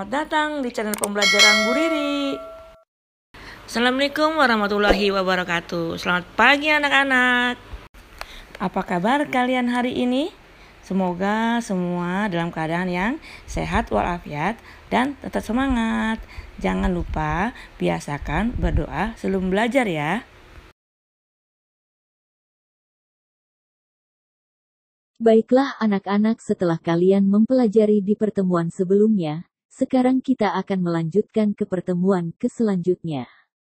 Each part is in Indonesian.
Selamat datang di channel pembelajaran Bu Riri. Assalamualaikum warahmatullahi wabarakatuh. Selamat pagi anak-anak. Apa kabar kalian hari ini? Semoga semua dalam keadaan yang sehat walafiat dan tetap semangat. Jangan lupa biasakan berdoa sebelum belajar ya. Baiklah anak-anak, setelah kalian mempelajari di pertemuan sebelumnya, sekarang kita akan melanjutkan ke pertemuan selanjutnya.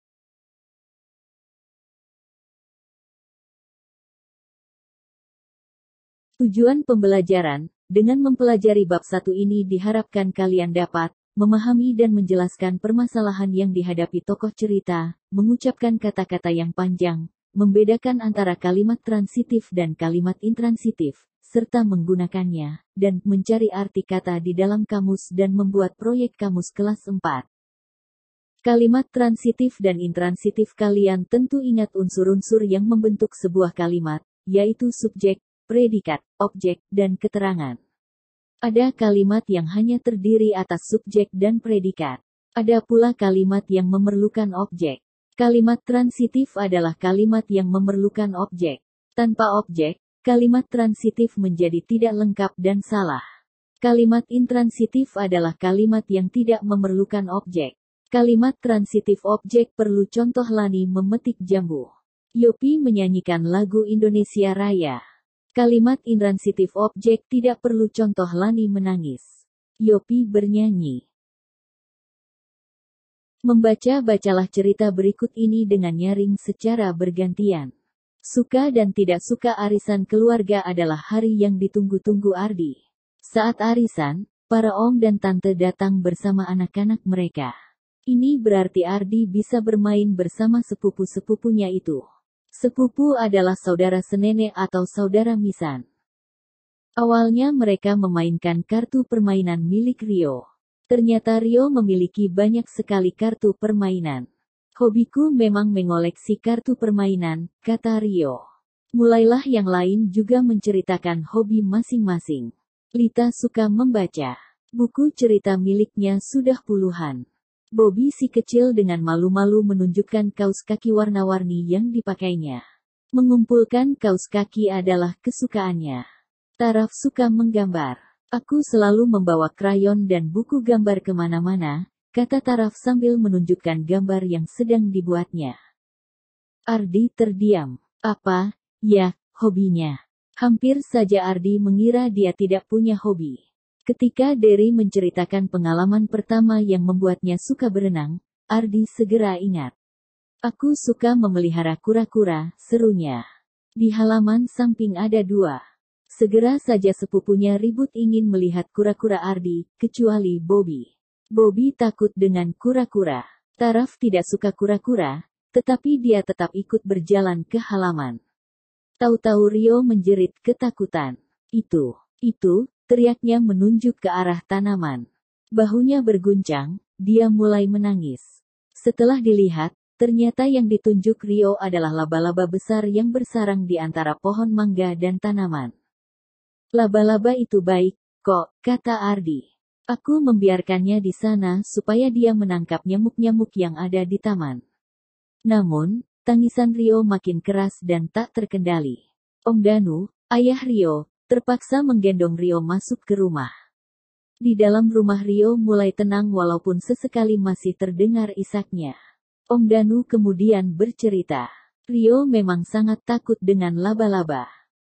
Tujuan pembelajaran, dengan mempelajari bab 1 ini diharapkan kalian dapat memahami dan menjelaskan permasalahan yang dihadapi tokoh cerita, mengucapkan kata-kata yang panjang, membedakan antara kalimat transitif dan kalimat intransitif, serta menggunakannya, dan mencari arti kata di dalam kamus dan membuat proyek kamus kelas 4. Kalimat transitif dan intransitif, kalian tentu ingat unsur-unsur yang membentuk sebuah kalimat, yaitu subjek, predikat, objek, dan keterangan. Ada kalimat yang hanya terdiri atas subjek dan predikat. Ada pula kalimat yang memerlukan objek. Kalimat transitif adalah kalimat yang memerlukan objek. Tanpa objek, kalimat transitif menjadi tidak lengkap dan salah. Kalimat intransitif adalah kalimat yang tidak memerlukan objek. Kalimat transitif objek perlu contoh: Lani memetik jambu. Yopi menyanyikan lagu Indonesia Raya. Kalimat intransitif objek tidak perlu contoh: Lani menangis. Yopi bernyanyi. Bacalah cerita berikut ini dengan nyaring secara bergantian. Suka dan tidak suka arisan keluarga adalah hari yang ditunggu-tunggu Ardi. Saat arisan, para om dan tante datang bersama anak-anak mereka. Ini berarti Ardi bisa bermain bersama sepupu-sepupunya itu. Sepupu adalah saudara senenek atau saudara misan. Awalnya mereka memainkan kartu permainan milik Rio. Ternyata Rio memiliki banyak sekali kartu permainan. Hobiku memang mengoleksi kartu permainan, kata Rio. Mulailah yang lain juga menceritakan hobi masing-masing. Lita suka membaca. Buku cerita miliknya sudah puluhan. Bobby si kecil dengan malu-malu menunjukkan kaus kaki warna-warni yang dipakainya. Mengumpulkan kaus kaki adalah kesukaannya. Taraf suka menggambar. Aku selalu membawa krayon dan buku gambar kemana-mana, kata Taraf sambil menunjukkan gambar yang sedang dibuatnya. Ardi terdiam. Apa? Ya, hobinya. Hampir saja Ardi mengira dia tidak punya hobi. Ketika Derry menceritakan pengalaman pertama yang membuatnya suka berenang, Ardi segera ingat. Aku suka memelihara kura-kura, serunya. Di halaman samping ada 2. Segera saja sepupunya ribut ingin melihat kura-kura Ardi, kecuali Bobby. Bobby takut dengan kura-kura. Taraf tidak suka kura-kura, tetapi dia tetap ikut berjalan ke halaman. Tahu-tahu Rio menjerit ketakutan. Itu, teriaknya menunjuk ke arah tanaman. Bahunya berguncang, dia mulai menangis. Setelah dilihat, ternyata yang ditunjuk Rio adalah laba-laba besar yang bersarang di antara pohon mangga dan tanaman. Laba-laba itu baik, kok, kata Ardi. Aku membiarkannya di sana supaya dia menangkap nyamuk-nyamuk yang ada di taman. Namun, tangisan Rio makin keras dan tak terkendali. Om Danu, ayah Rio, terpaksa menggendong Rio masuk ke rumah. Di dalam rumah Rio mulai tenang walaupun sesekali masih terdengar isaknya. Om Danu kemudian bercerita. Rio memang sangat takut dengan laba-laba.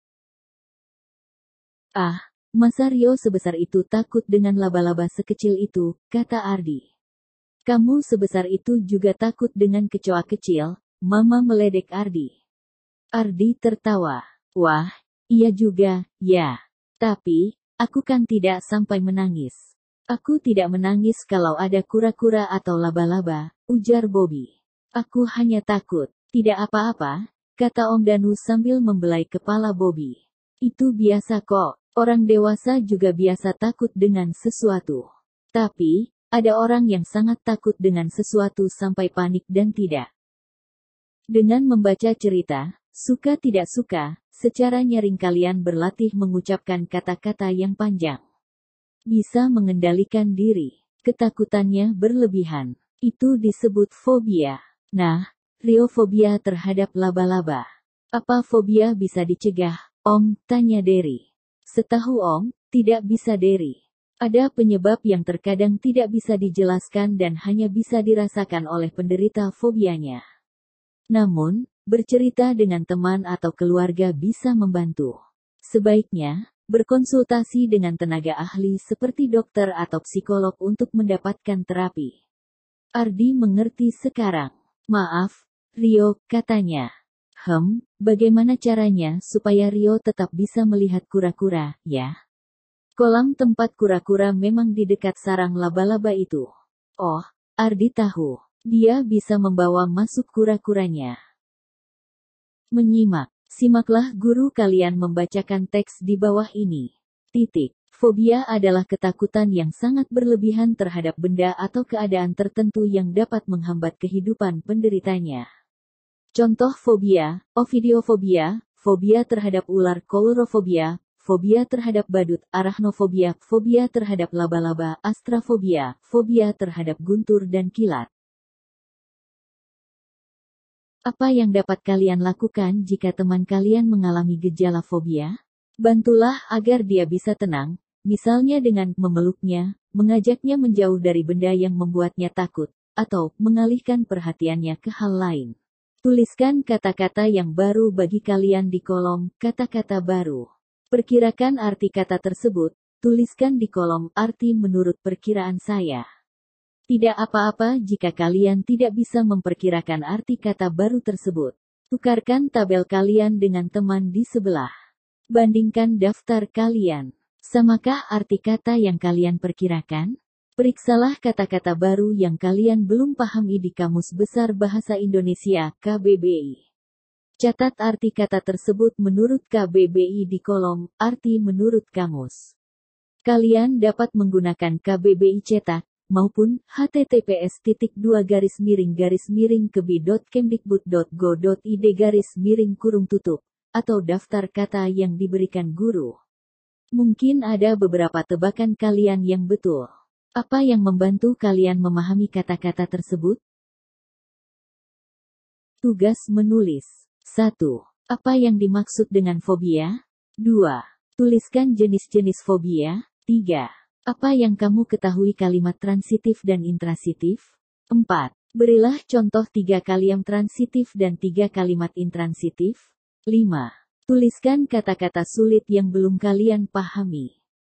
Ah, masa Rio sebesar itu takut dengan laba-laba sekecil itu, kata Ardi. Kamu sebesar itu juga takut dengan kecoa kecil, Mama meledek Ardi. Ardi tertawa. Wah, iya juga, ya. Tapi, aku kan tidak sampai menangis. Aku tidak menangis kalau ada kura-kura atau laba-laba, ujar Bobby. Aku hanya takut. Tidak apa-apa, kata Om Danu sambil membelai kepala Bobby. Itu biasa kok, orang dewasa juga biasa takut dengan sesuatu. Tapi, ada orang yang sangat takut dengan sesuatu sampai panik dan tidak. Dengan membaca cerita, suka tidak suka, secara nyaring kalian berlatih mengucapkan kata-kata yang panjang. Bisa mengendalikan diri. ketakutannya berlebihan. Itu disebut fobia. Nah, riofobia terhadap laba-laba. Apa fobia bisa dicegah, Om? Tanya Derry. Setahu Om, tidak bisa Derry. Ada penyebab yang terkadang tidak bisa dijelaskan dan hanya bisa dirasakan oleh penderita fobianya. Namun, bercerita dengan teman atau keluarga bisa membantu. Sebaiknya, berkonsultasi dengan tenaga ahli seperti dokter atau psikolog untuk mendapatkan terapi. Ardi mengerti sekarang. Maaf, Rio, katanya. Bagaimana caranya supaya Rio tetap bisa melihat kura-kura, ya? Kolam tempat kura-kura memang di dekat sarang laba-laba itu. Oh, Ardi tahu. Dia bisa membawa masuk kura-kuranya. Menyimak. Simaklah guru kalian membacakan teks di bawah ini. Fobia adalah ketakutan yang sangat berlebihan terhadap benda atau keadaan tertentu yang dapat menghambat kehidupan penderitanya. Contoh fobia: ovidiofobia, fobia terhadap ular, koulrofobia, fobia terhadap badut, arachnofobia, fobia terhadap laba-laba, astrafobia, fobia terhadap guntur dan kilat. Apa yang dapat kalian lakukan jika teman kalian mengalami gejala fobia? Bantulah agar dia bisa tenang, misalnya dengan memeluknya, mengajaknya menjauh dari benda yang membuatnya takut, atau mengalihkan perhatiannya ke hal lain. Tuliskan kata-kata yang baru bagi kalian di kolom kata-kata baru. Perkirakan arti kata tersebut, tuliskan di kolom arti menurut perkiraan saya. Tidak apa-apa jika kalian tidak bisa memperkirakan arti kata baru tersebut. Tukarkan tabel kalian dengan teman di sebelah. Bandingkan daftar kalian. Samakah arti kata yang kalian perkirakan? Periksalah kata-kata baru yang kalian belum pahami di Kamus Besar Bahasa Indonesia (KBBI). Catat arti kata tersebut menurut KBBI di kolom arti menurut kamus. Kalian dapat menggunakan KBBI cetak maupun https://kebi.kemdikbud.go.id/kurung tutup atau daftar kata yang diberikan guru. Mungkin ada beberapa tebakan kalian yang betul. Apa yang membantu kalian memahami kata-kata tersebut? Tugas menulis. 1. Apa yang dimaksud dengan fobia? 2. Tuliskan jenis-jenis fobia. 3. Apa yang kamu ketahui kalimat transitif dan intransitif? 4. Berilah contoh 3 kalimat transitif dan 3 kalimat intransitif. 5. Tuliskan kata-kata sulit yang belum kalian pahami.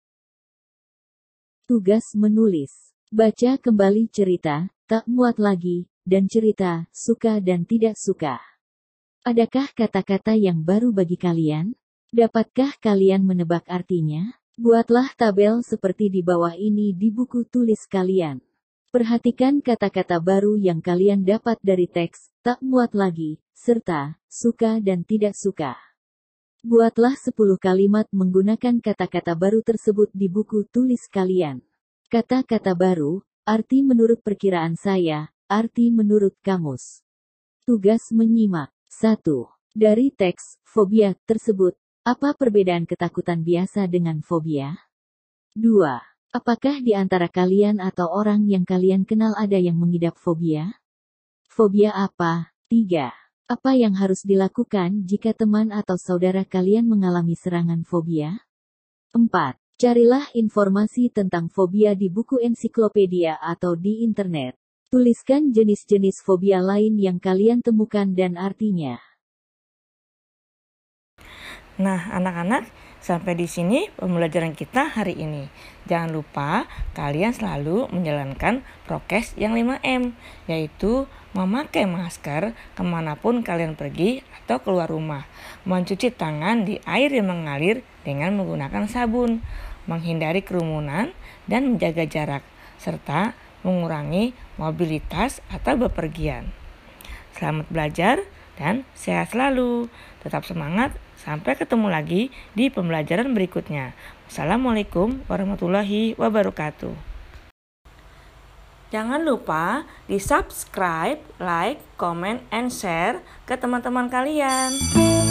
Tugas menulis. Baca kembali cerita, tak muat lagi, dan cerita, suka dan tidak suka. Adakah kata-kata yang baru bagi kalian? Dapatkah kalian menebak artinya? Buatlah tabel seperti di bawah ini di buku tulis kalian. Perhatikan kata-kata baru yang kalian dapat dari teks, tak muat lagi, serta, suka dan tidak suka. Buatlah 10 kalimat menggunakan kata-kata baru tersebut di buku tulis kalian. Kata-kata baru, arti menurut perkiraan saya, arti menurut kamus. Tugas menyimak. 1. Dari teks, fobia, tersebut, apa perbedaan ketakutan biasa dengan fobia? 2. Apakah di antara kalian atau orang yang kalian kenal ada yang mengidap fobia? Fobia apa? 3. Apa yang harus dilakukan jika teman atau saudara kalian mengalami serangan fobia? 4. Carilah informasi tentang fobia di buku ensiklopedia atau di internet. Tuliskan jenis-jenis fobia lain yang kalian temukan dan artinya. Nah, anak-anak, sampai di sini pembelajaran kita hari ini. Jangan lupa kalian selalu menjalankan prokes yang 5M, yaitu memakai masker kemanapun kalian pergi atau keluar rumah, mencuci tangan di air yang mengalir dengan menggunakan sabun, menghindari kerumunan dan menjaga jarak, serta mengurangi mobilitas atau bepergian. Selamat belajar dan sehat selalu. Tetap semangat. Sampai ketemu lagi di pembelajaran berikutnya. Wassalamualaikum warahmatullahi wabarakatuh. Jangan lupa di subscribe, like, comment, and share ke teman-teman kalian.